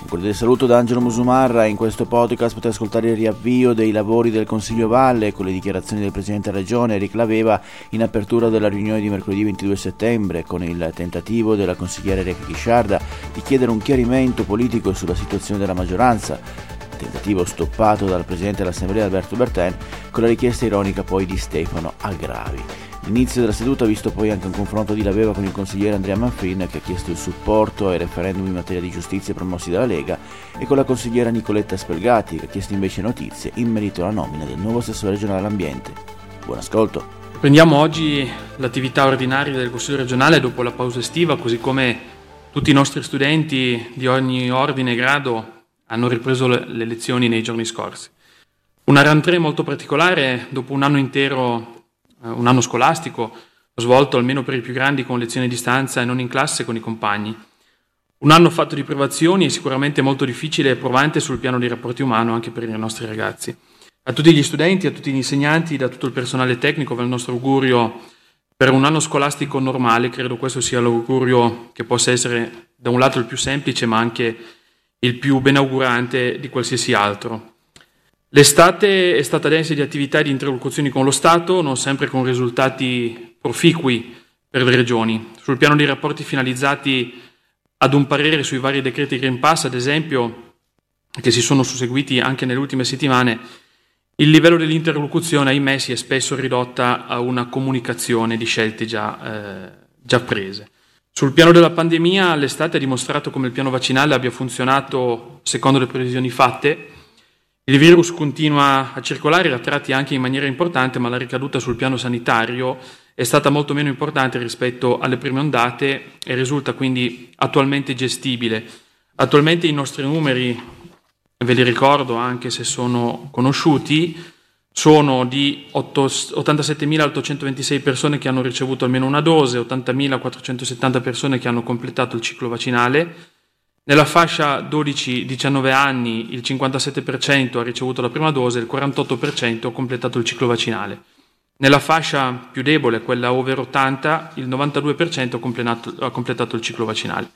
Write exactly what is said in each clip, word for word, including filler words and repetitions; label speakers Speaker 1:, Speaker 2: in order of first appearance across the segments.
Speaker 1: Un cordiale saluto da Angelo Musumarra. In questo podcast potete ascoltare il riavvio dei lavori del Consiglio Valle con le dichiarazioni del Presidente della Regione Eric Laveva in apertura della riunione di mercoledì ventidue settembre, con il tentativo della consigliera Enrica Chisciarda di chiedere un chiarimento politico sulla situazione della maggioranza, tentativo stoppato dal Presidente dell'Assemblea Alberto Bertè, con la richiesta ironica poi di Stefano Agravi. L'inizio della seduta ha visto poi anche un confronto di Laveva con il consigliere Andrea Manfrin, che ha chiesto il supporto ai referendum in materia di giustizia promossi dalla Lega, e con la consigliera Nicoletta Spelgati, che ha chiesto invece notizie in merito alla nomina del nuovo assessore regionale all'ambiente. Buon ascolto.
Speaker 2: Prendiamo oggi l'attività ordinaria del Consiglio regionale dopo la pausa estiva, così come tutti i nostri studenti di ogni ordine e grado hanno ripreso le lezioni nei giorni scorsi. Una rentrée molto particolare dopo un anno intero, un anno scolastico, svolto almeno per i più grandi con lezioni a distanza e non in classe con i compagni. Un anno fatto di privazioni e sicuramente molto difficile e provante sul piano dei rapporti umani anche per i nostri ragazzi. A tutti gli studenti, a tutti gli insegnanti, da tutto il personale tecnico va il nostro augurio per un anno scolastico normale. Credo questo sia l'augurio che possa essere da un lato il più semplice ma anche il più benaugurante di qualsiasi altro. L'estate è stata densa di attività e di interlocuzioni con lo Stato, non sempre con risultati proficui per le regioni. Sul piano dei rapporti finalizzati ad un parere sui vari decreti Green Pass, ad esempio, che si sono susseguiti anche nelle ultime settimane, il livello dell'interlocuzione, ahimè, si è spesso ridotta a una comunicazione di scelte già, eh, già prese. Sul piano della pandemia, l'estate ha dimostrato come il piano vaccinale abbia funzionato secondo le previsioni fatte. Il virus continua a circolare a tratti anche in maniera importante, ma la ricaduta sul piano sanitario è stata molto meno importante rispetto alle prime ondate e risulta quindi attualmente gestibile. Attualmente i nostri numeri, ve li ricordo anche se sono conosciuti, sono di ottantasettemila ottocentoventisei persone che hanno ricevuto almeno una dose, ottantamilaquattrocentosettanta persone che hanno completato il ciclo vaccinale. Nella fascia dodici diciannove anni il cinquantasette per cento ha ricevuto la prima dose, il quarantotto per cento ha completato il ciclo vaccinale. Nella fascia più debole, quella over ottanta, il novantadue per cento ha completato, ha completato il ciclo vaccinale.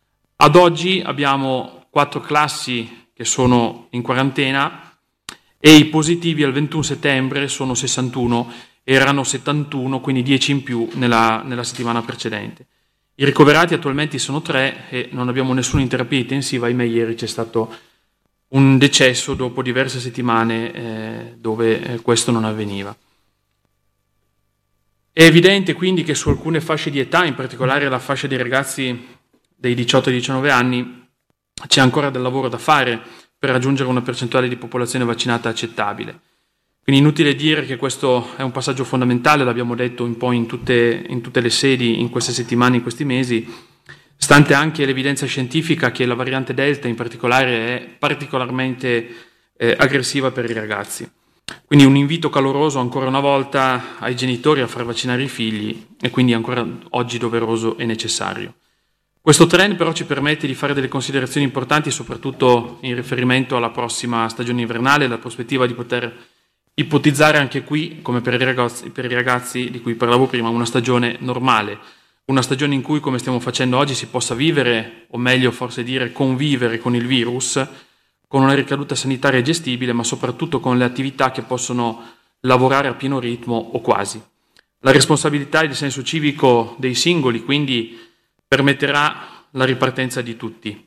Speaker 2: Ad oggi abbiamo quattro classi che sono in quarantena e i positivi al ventuno settembre sono sessantuno, erano settantuno, quindi dieci in più nella, nella settimana precedente. I ricoverati attualmente sono tre e non abbiamo nessuna in terapia intensiva. Ahimè, ieri c'è stato un decesso dopo diverse settimane eh, dove eh, questo non avveniva. È evidente quindi che su alcune fasce di età, in particolare la fascia dei ragazzi dei diciotto ai diciannove anni, c'è ancora del lavoro da fare per raggiungere una percentuale di popolazione vaccinata accettabile. Quindi inutile dire che questo è un passaggio fondamentale, l'abbiamo detto un po' in tutte, in tutte le sedi in queste settimane, in questi mesi, stante anche l'evidenza scientifica che la variante Delta in particolare è particolarmente eh, aggressiva per i ragazzi. Quindi un invito caloroso ancora una volta ai genitori a far vaccinare i figli e quindi ancora oggi doveroso e necessario. Questo trend però ci permette di fare delle considerazioni importanti soprattutto in riferimento alla prossima stagione invernale e la prospettiva di poter ipotizzare anche qui, come per i, ragazzi, per i ragazzi di cui parlavo prima, una stagione normale, una stagione in cui, come stiamo facendo oggi, si possa vivere, o meglio forse dire convivere con il virus, con una ricaduta sanitaria gestibile, ma soprattutto con le attività che possono lavorare a pieno ritmo o quasi. La responsabilità e il senso civico dei singoli, quindi, permetterà la ripartenza di tutti.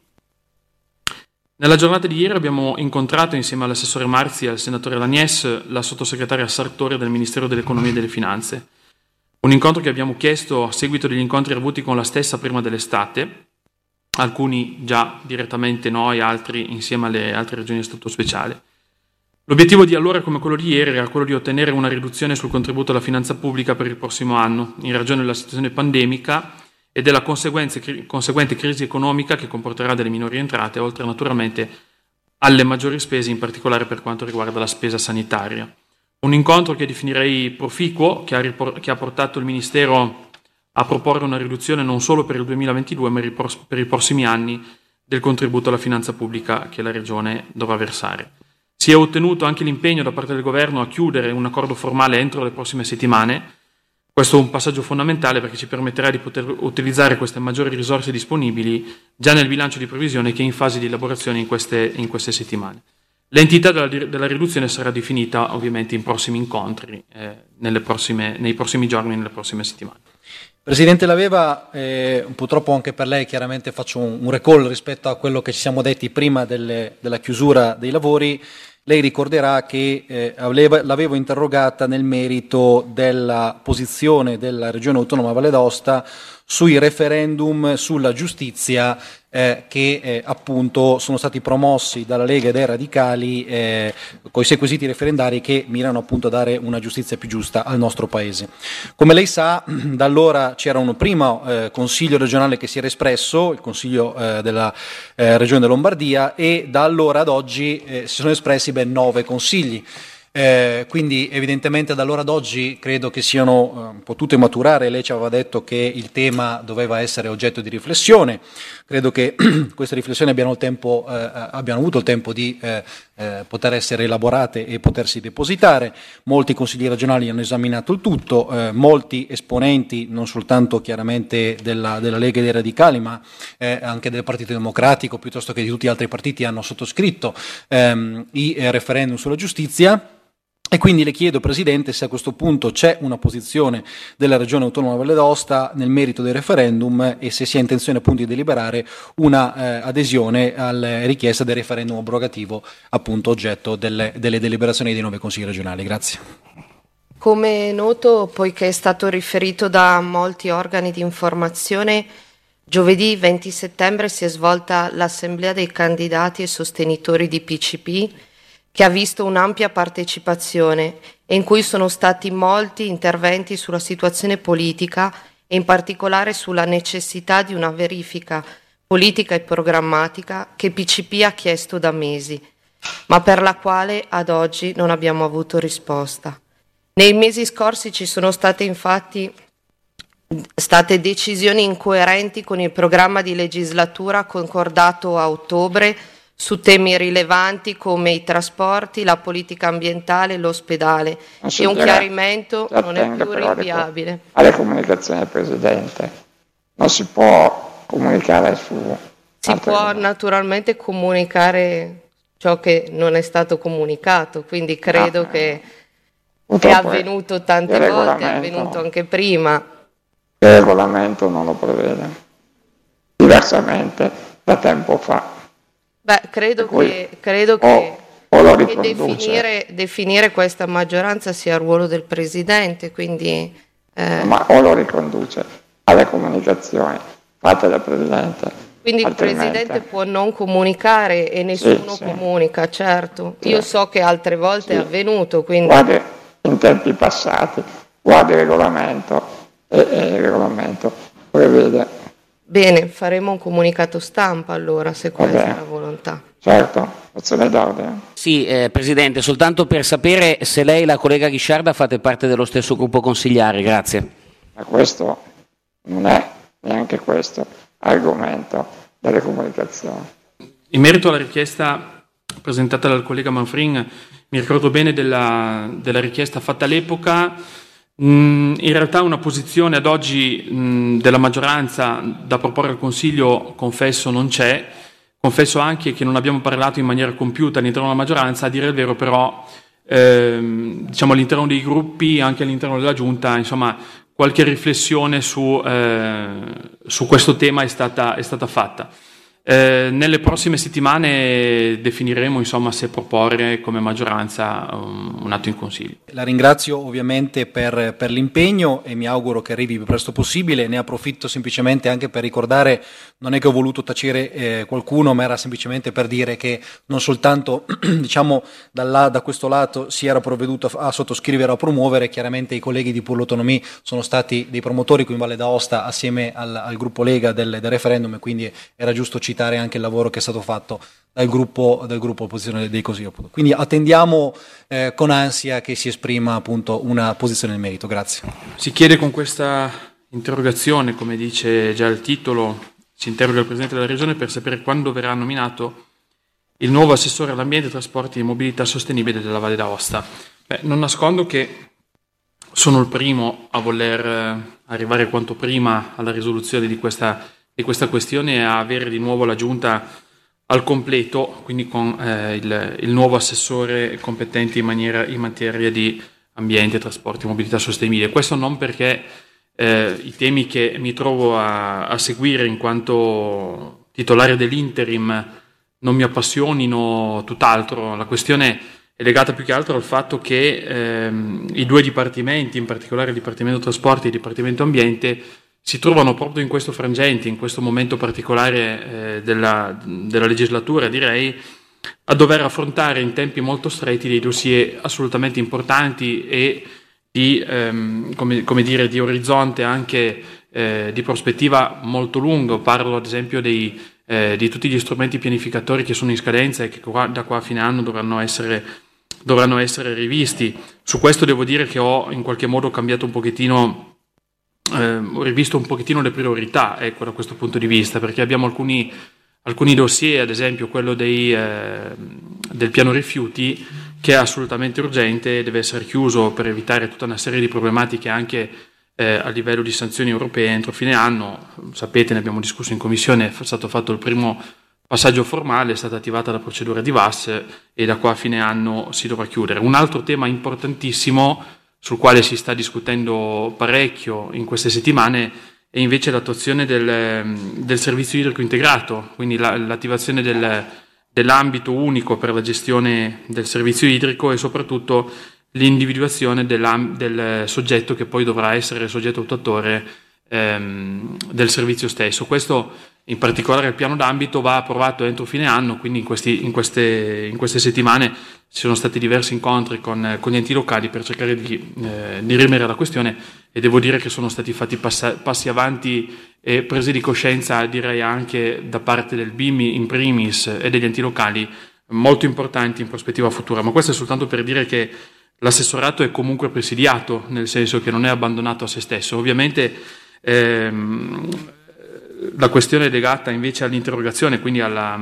Speaker 2: Nella giornata di ieri abbiamo incontrato insieme all'assessore Marzi e al senatore Lanies la sottosegretaria Sartore del Ministero dell'Economia e delle Finanze. Un incontro che abbiamo chiesto a seguito degli incontri avuti con la stessa prima dell'estate, alcuni già direttamente noi, altri insieme alle altre regioni a statuto speciale. L'obiettivo di allora come quello di ieri era quello di ottenere una riduzione sul contributo alla finanza pubblica per il prossimo anno, in ragione della situazione pandemica e della conseguente crisi economica che comporterà delle minori entrate, oltre naturalmente alle maggiori spese, in particolare per quanto riguarda la spesa sanitaria. Un incontro che definirei proficuo, che ha, ripor- che ha portato il Ministero a proporre una riduzione non solo per il duemilaventidue, ma per i prossimi anni del contributo alla finanza pubblica che la Regione dovrà versare. Si è ottenuto anche l'impegno da parte del Governo a chiudere un accordo formale entro le prossime settimane Questo è un passaggio fondamentale perché ci permetterà di poter utilizzare queste maggiori risorse disponibili già nel bilancio di previsione che è in fase di elaborazione in queste, in queste settimane. L'entità della, della riduzione sarà definita ovviamente in prossimi incontri, eh, nelle prossime, nei prossimi giorni e nelle prossime settimane.
Speaker 3: Presidente Laveva, eh, purtroppo anche per lei chiaramente faccio un, un recall rispetto a quello che ci siamo detti prima delle, della chiusura dei lavori. Lei ricorderà che eh, aveva, l'avevo interrogata nel merito della posizione della Regione Autonoma Valle d'Aosta sui referendum sulla giustizia eh, che eh, appunto sono stati promossi dalla Lega e dai Radicali eh, con i quesiti referendari che mirano appunto a dare una giustizia più giusta al nostro Paese. Come lei sa, da allora c'era un primo eh, Consiglio regionale che si era espresso, il Consiglio eh, della eh, Regione Lombardia, e da allora ad oggi eh, si sono espressi ben nove consigli. Eh, quindi evidentemente da allora ad oggi credo che siano eh, potute maturare. Lei ci aveva detto che il tema doveva essere oggetto di riflessione, credo che queste riflessioni abbiano, il tempo, eh, abbiano avuto il tempo di eh, eh, poter essere elaborate e potersi depositare. Molti consigli regionali hanno esaminato il tutto, eh, molti esponenti non soltanto chiaramente della, della Lega e dei Radicali ma eh, anche del Partito Democratico piuttosto che di tutti gli altri partiti hanno sottoscritto ehm, i eh, referendum sulla giustizia. E quindi le chiedo, Presidente, se a questo punto c'è una posizione della Regione Autonoma Valle d'Aosta nel merito del referendum e se si ha intenzione appunto di deliberare una eh, adesione alla richiesta del referendum abrogativo appunto oggetto delle, delle deliberazioni dei nove consigli regionali. Grazie.
Speaker 4: Come è noto, poiché è stato riferito da molti organi di informazione, giovedì venti settembre si è svolta l'assemblea dei candidati e sostenitori di P C P, che ha visto un'ampia partecipazione e in cui sono stati molti interventi sulla situazione politica e in particolare sulla necessità di una verifica politica e programmatica che P C P ha chiesto da mesi, ma per la quale ad oggi non abbiamo avuto risposta. Nei mesi scorsi ci sono state infatti state decisioni incoerenti con il programma di legislatura concordato a ottobre su temi rilevanti come i trasporti, la politica ambientale e l'ospedale, e un chiarimento non è più rinviabile.
Speaker 5: Alle comunicazioni del Presidente non si può comunicare su...
Speaker 4: Si può naturalmente comunicare ciò che non è stato comunicato, quindi credo no, che è avvenuto tante volte, è avvenuto anche prima.
Speaker 5: Il regolamento non lo prevede, diversamente da tempo fa.
Speaker 4: Beh, credo che, credo che,
Speaker 5: o, o
Speaker 4: che definire, definire questa maggioranza sia il ruolo del Presidente, quindi... Eh...
Speaker 5: Ma o lo riconduce alle comunicazioni fatte dal Presidente.
Speaker 4: Quindi il Presidente può non comunicare e nessuno sì, sì. comunica, certo. Sì. Io so che altre volte sì. è avvenuto, quindi...
Speaker 5: Guardi, in tempi passati, guardi il regolamento e, e il regolamento prevede...
Speaker 4: Bene, faremo un comunicato stampa allora, se questa è la volontà.
Speaker 5: Certo, mozione d'ordine.
Speaker 6: Sì, eh, Presidente, soltanto per sapere se lei e la collega Ghisciarda fate parte dello stesso gruppo consigliare, grazie.
Speaker 5: Ma questo non è neanche questo argomento delle comunicazioni.
Speaker 2: In merito alla richiesta presentata dal collega Manfrin, mi ricordo bene della, della richiesta fatta all'epoca. In realtà una posizione ad oggi mh, della maggioranza da proporre al Consiglio, confesso, non c'è. Confesso anche che non abbiamo parlato in maniera compiuta all'interno della maggioranza. A dire il vero però, ehm, diciamo all'interno dei gruppi, anche all'interno della Giunta, insomma, qualche riflessione su, eh, su questo tema è stata, è stata fatta. Eh, nelle prossime settimane definiremo insomma se proporre come maggioranza um, un atto in Consiglio.
Speaker 3: La ringrazio ovviamente per, per l'impegno e mi auguro che arrivi il più presto possibile. Ne approfitto semplicemente anche per ricordare, non è che ho voluto tacere eh, qualcuno, ma era semplicemente per dire che non soltanto diciamo da, là, da questo lato si era provveduto a, a sottoscrivere, a promuovere, chiaramente i colleghi di Pur l'Autonomia sono stati dei promotori qui in Valle d'Aosta assieme al, al gruppo Lega del, del referendum, e quindi era giusto citare anche il lavoro che è stato fatto dal gruppo, dal gruppo opposizione dei Consigli. Quindi attendiamo eh, con ansia che si esprima appunto una posizione nel merito. Grazie.
Speaker 2: Si chiede con questa interrogazione, come dice già il titolo, si interroga il Presidente della Regione per sapere quando verrà nominato il nuovo assessore all'ambiente, trasporti e mobilità sostenibile della Valle d'Aosta. Beh, non nascondo che sono il primo a voler arrivare quanto prima alla risoluzione di questa, di questa questione e a avere di nuovo la Giunta al completo, quindi con eh, il, il nuovo assessore competente in, maniera, in materia di ambiente, trasporti e mobilità sostenibile. Questo non perché eh, i temi che mi trovo a, a seguire in quanto titolare dell'interim non mi appassionino, tutt'altro. La questione è legata più che altro al fatto che ehm, i due dipartimenti, in particolare il Dipartimento Trasporti e il Dipartimento Ambiente, si trovano proprio in questo frangente, in questo momento particolare eh, della, della legislatura, direi, a dover affrontare in tempi molto stretti dei dossier assolutamente importanti e di, ehm, come, come dire, di orizzonte anche eh, di prospettiva molto lungo. Parlo ad esempio dei, eh, di tutti gli strumenti pianificatori che sono in scadenza e che qua, da qua a fine anno dovranno essere, dovranno essere rivisti. Su questo devo dire che ho in qualche modo cambiato un pochettino, eh, ho rivisto un pochettino le priorità, ecco, da questo punto di vista, perché abbiamo alcuni Alcuni dossier, ad esempio quello dei, eh, del piano rifiuti, che è assolutamente urgente e deve essere chiuso per evitare tutta una serie di problematiche anche eh, a livello di sanzioni europee entro fine anno. Sapete, ne abbiamo discusso in commissione, è stato fatto il primo passaggio formale, è stata attivata la procedura di V A S e da qua a fine anno si dovrà chiudere. Un altro tema importantissimo sul quale si sta discutendo parecchio in queste settimane e invece l'attuazione del, del servizio idrico integrato, quindi la, l'attivazione del, dell'ambito unico per la gestione del servizio idrico e soprattutto l'individuazione del soggetto che poi dovrà essere il soggetto attuatore ehm, del servizio stesso. Questo in particolare il piano d'ambito va approvato entro fine anno, quindi in, questi, in, queste, in queste settimane ci sono stati diversi incontri con, con gli enti locali per cercare di, eh, di rimettere la questione e devo dire che sono stati fatti passa, passi avanti e prese di coscienza, direi anche da parte del B I M I in primis e degli enti locali, molto importanti in prospettiva futura. Ma questo è soltanto per dire che l'assessorato è comunque presidiato, nel senso che non è abbandonato a se stesso. Ovviamente ehm, la questione è legata invece all'interrogazione, quindi alla,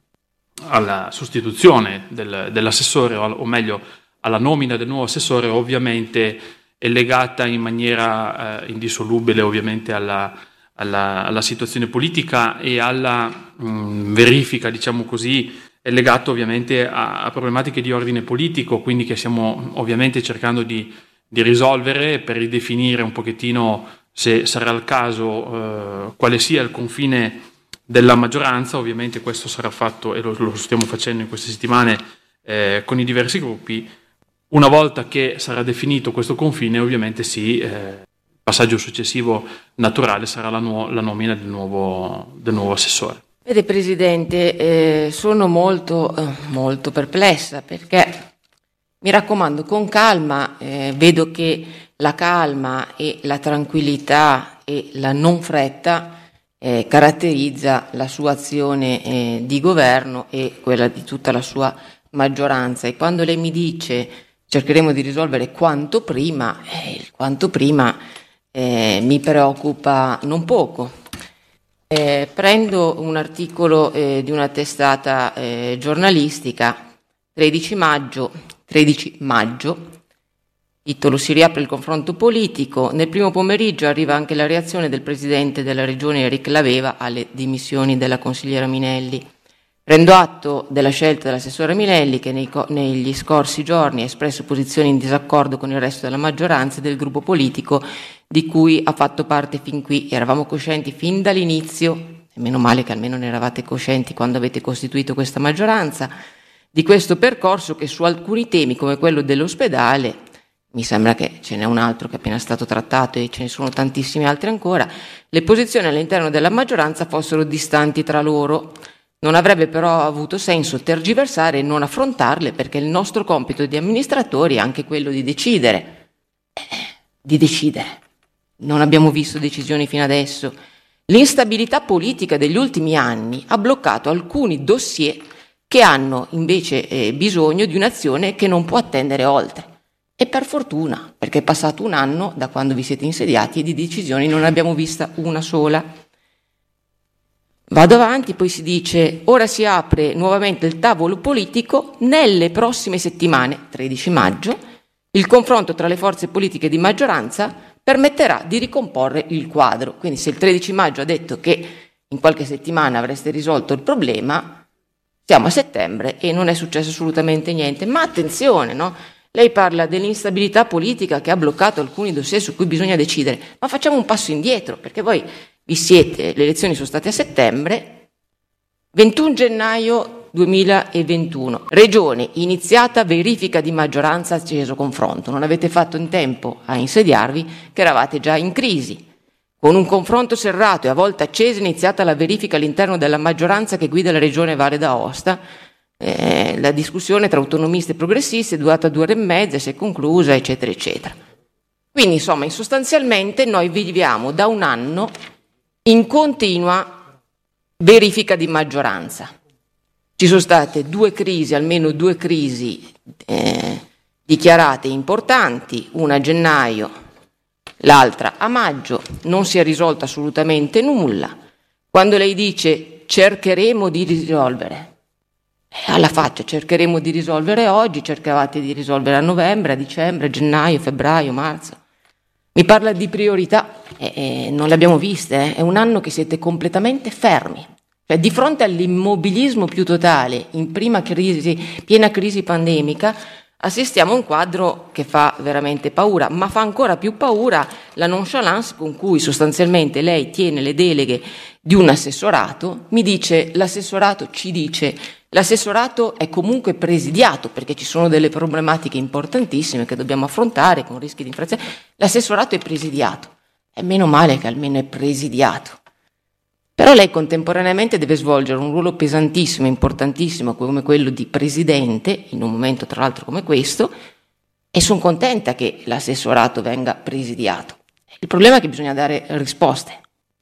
Speaker 2: alla sostituzione del, dell'assessore, o, o meglio alla nomina del nuovo assessore, ovviamente è legata in maniera eh, indissolubile ovviamente alla, alla, alla situazione politica e alla mh, verifica, diciamo così, è legato ovviamente a, a problematiche di ordine politico, quindi che stiamo ovviamente cercando di, di risolvere per ridefinire un pochettino, se sarà il caso, eh, quale sia il confine della maggioranza. Ovviamente questo sarà fatto e lo, lo stiamo facendo in queste settimane eh, con i diversi gruppi. Una volta che sarà definito questo confine, ovviamente sì, eh, il passaggio successivo naturale sarà la, nuo- la nomina del nuovo, del nuovo assessore.
Speaker 7: Vede Presidente, eh, sono molto, eh, molto perplessa perché, mi raccomando, con calma, eh, vedo che la calma e la tranquillità e la non fretta eh, caratterizza la sua azione eh, di governo e quella di tutta la sua maggioranza. E quando lei mi dice cercheremo di risolvere quanto prima, eh, il quanto prima eh, mi preoccupa non poco. Eh, prendo un articolo eh, di una testata eh, giornalistica, tredici maggio, tredici maggio, titolo: si riapre il confronto politico. Nel primo pomeriggio arriva anche la reazione del presidente della regione Eric Laveva alle dimissioni della consigliera Minelli. Prendo atto della scelta dell'assessore Minelli, che nei, negli scorsi giorni ha espresso posizioni in disaccordo con il resto della maggioranza e del gruppo politico di cui ha fatto parte fin qui. Eravamo coscienti fin dall'inizio, e meno male che almeno ne eravate coscienti quando avete costituito questa maggioranza, di questo percorso che su alcuni temi come quello dell'ospedale, mi sembra che ce n'è un altro che è appena stato trattato e ce ne sono tantissimi altri ancora, le posizioni all'interno della maggioranza fossero distanti tra loro. Non avrebbe però avuto senso tergiversare e non affrontarle, perché il nostro compito di amministratori è anche quello di decidere. Eh, di decidere. Non abbiamo visto decisioni fino adesso. L'instabilità politica degli ultimi anni ha bloccato alcuni dossier che hanno invece eh, bisogno di un'azione che non può attendere oltre. E per fortuna, perché è passato un anno da quando vi siete insediati e di decisioni non ne abbiamo vista una sola. Vado avanti, poi si dice: ora si apre nuovamente il tavolo politico nelle prossime settimane, tredici maggio, Il confronto tra le forze politiche di maggioranza permetterà di ricomporre il quadro. Quindi se il tredici maggio ha detto che in qualche settimana avreste risolto il problema, siamo a settembre e non è successo assolutamente niente. Ma attenzione, no? Lei parla dell'instabilità politica che ha bloccato alcuni dossier su cui bisogna decidere, ma facciamo un passo indietro, perché voi vi siete, le elezioni sono state a settembre, ventuno gennaio duemilaventuno, Regione, iniziata verifica di maggioranza, acceso confronto, non avete fatto in tempo a insediarvi che eravate già in crisi. Con un confronto serrato e a volte acceso iniziata la verifica all'interno della maggioranza che guida la Regione Valle d'Aosta. Eh, la discussione tra autonomisti e progressisti è durata due ore e mezza, si è conclusa, eccetera, eccetera. Quindi, insomma, sostanzialmente noi viviamo da un anno in continua verifica di maggioranza. Ci sono state due crisi, almeno due crisi eh, dichiarate importanti, una a gennaio, l'altra a maggio, non si è risolto assolutamente nulla. Quando lei dice cercheremo di risolvere, alla faccia, cercheremo di risolvere oggi, cercavate di risolvere a novembre, a dicembre, a gennaio, febbraio, marzo. Mi parla di priorità, e, e non le abbiamo viste, eh. È un anno che siete completamente fermi. Cioè, di fronte all'immobilismo più totale, in prima crisi, piena crisi pandemica, assistiamo a un quadro che fa veramente paura, ma fa ancora più paura la nonchalance con cui sostanzialmente lei tiene le deleghe di un assessorato. Mi dice, l'assessorato ci dice, l'assessorato è comunque presidiato perché ci sono delle problematiche importantissime che dobbiamo affrontare con rischi di infrazione. L'assessorato è presidiato, e meno male che almeno è presidiato. Però lei contemporaneamente deve svolgere un ruolo pesantissimo, importantissimo come quello di presidente, in un momento tra l'altro come questo, e sono contenta che l'assessorato venga presidiato. Il problema è che bisogna dare risposte.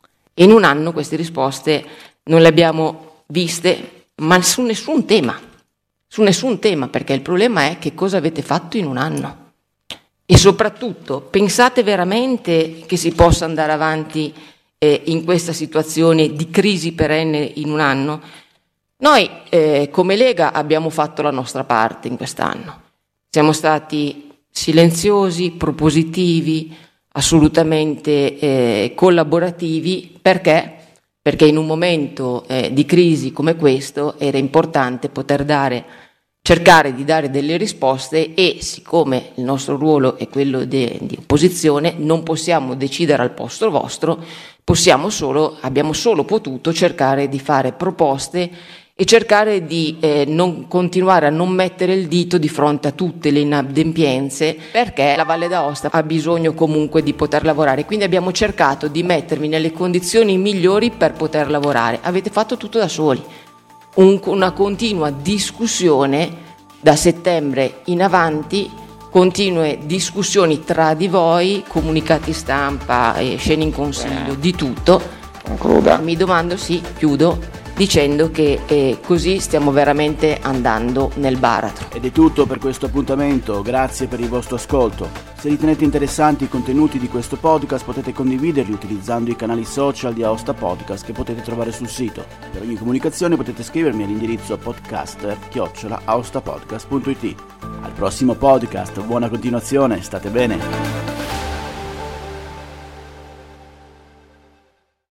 Speaker 7: E in un anno queste risposte non le abbiamo viste, ma su nessun tema, su nessun tema, perché il problema è che cosa avete fatto in un anno. E soprattutto, pensate veramente che si possa andare avanti eh, in questa situazione di crisi perenne in un anno? Noi eh, come Lega abbiamo fatto la nostra parte in quest'anno. Siamo stati silenziosi, propositivi, assolutamente eh, collaborativi. Perché? Perché in un momento eh, di crisi come questo era importante poter dare, cercare di dare delle risposte, e siccome il nostro ruolo è quello de, di opposizione, non possiamo decidere al posto vostro, possiamo solo, abbiamo solo potuto cercare di fare proposte e cercare di eh, non continuare a non mettere il dito di fronte a tutte le inadempienze, perché la Valle d'Aosta ha bisogno comunque di poter lavorare. Quindi abbiamo cercato di mettervi nelle condizioni migliori per poter lavorare. Avete fatto tutto da soli. Un, una continua discussione da settembre in avanti, continue discussioni tra di voi, comunicati stampa, e scene in consiglio, di tutto.
Speaker 5: Concluda.
Speaker 7: Mi domando, sì, chiudo, dicendo che eh, così stiamo veramente andando nel baratro.
Speaker 1: Ed è tutto per questo appuntamento, grazie per il vostro ascolto. Se ritenete interessanti i contenuti di questo podcast potete condividerli utilizzando i canali social di Aosta Podcast che potete trovare sul sito. Per ogni comunicazione potete scrivermi all'indirizzo podcaster chiocciola aostapodcast punto it. Al prossimo podcast, buona continuazione, state bene!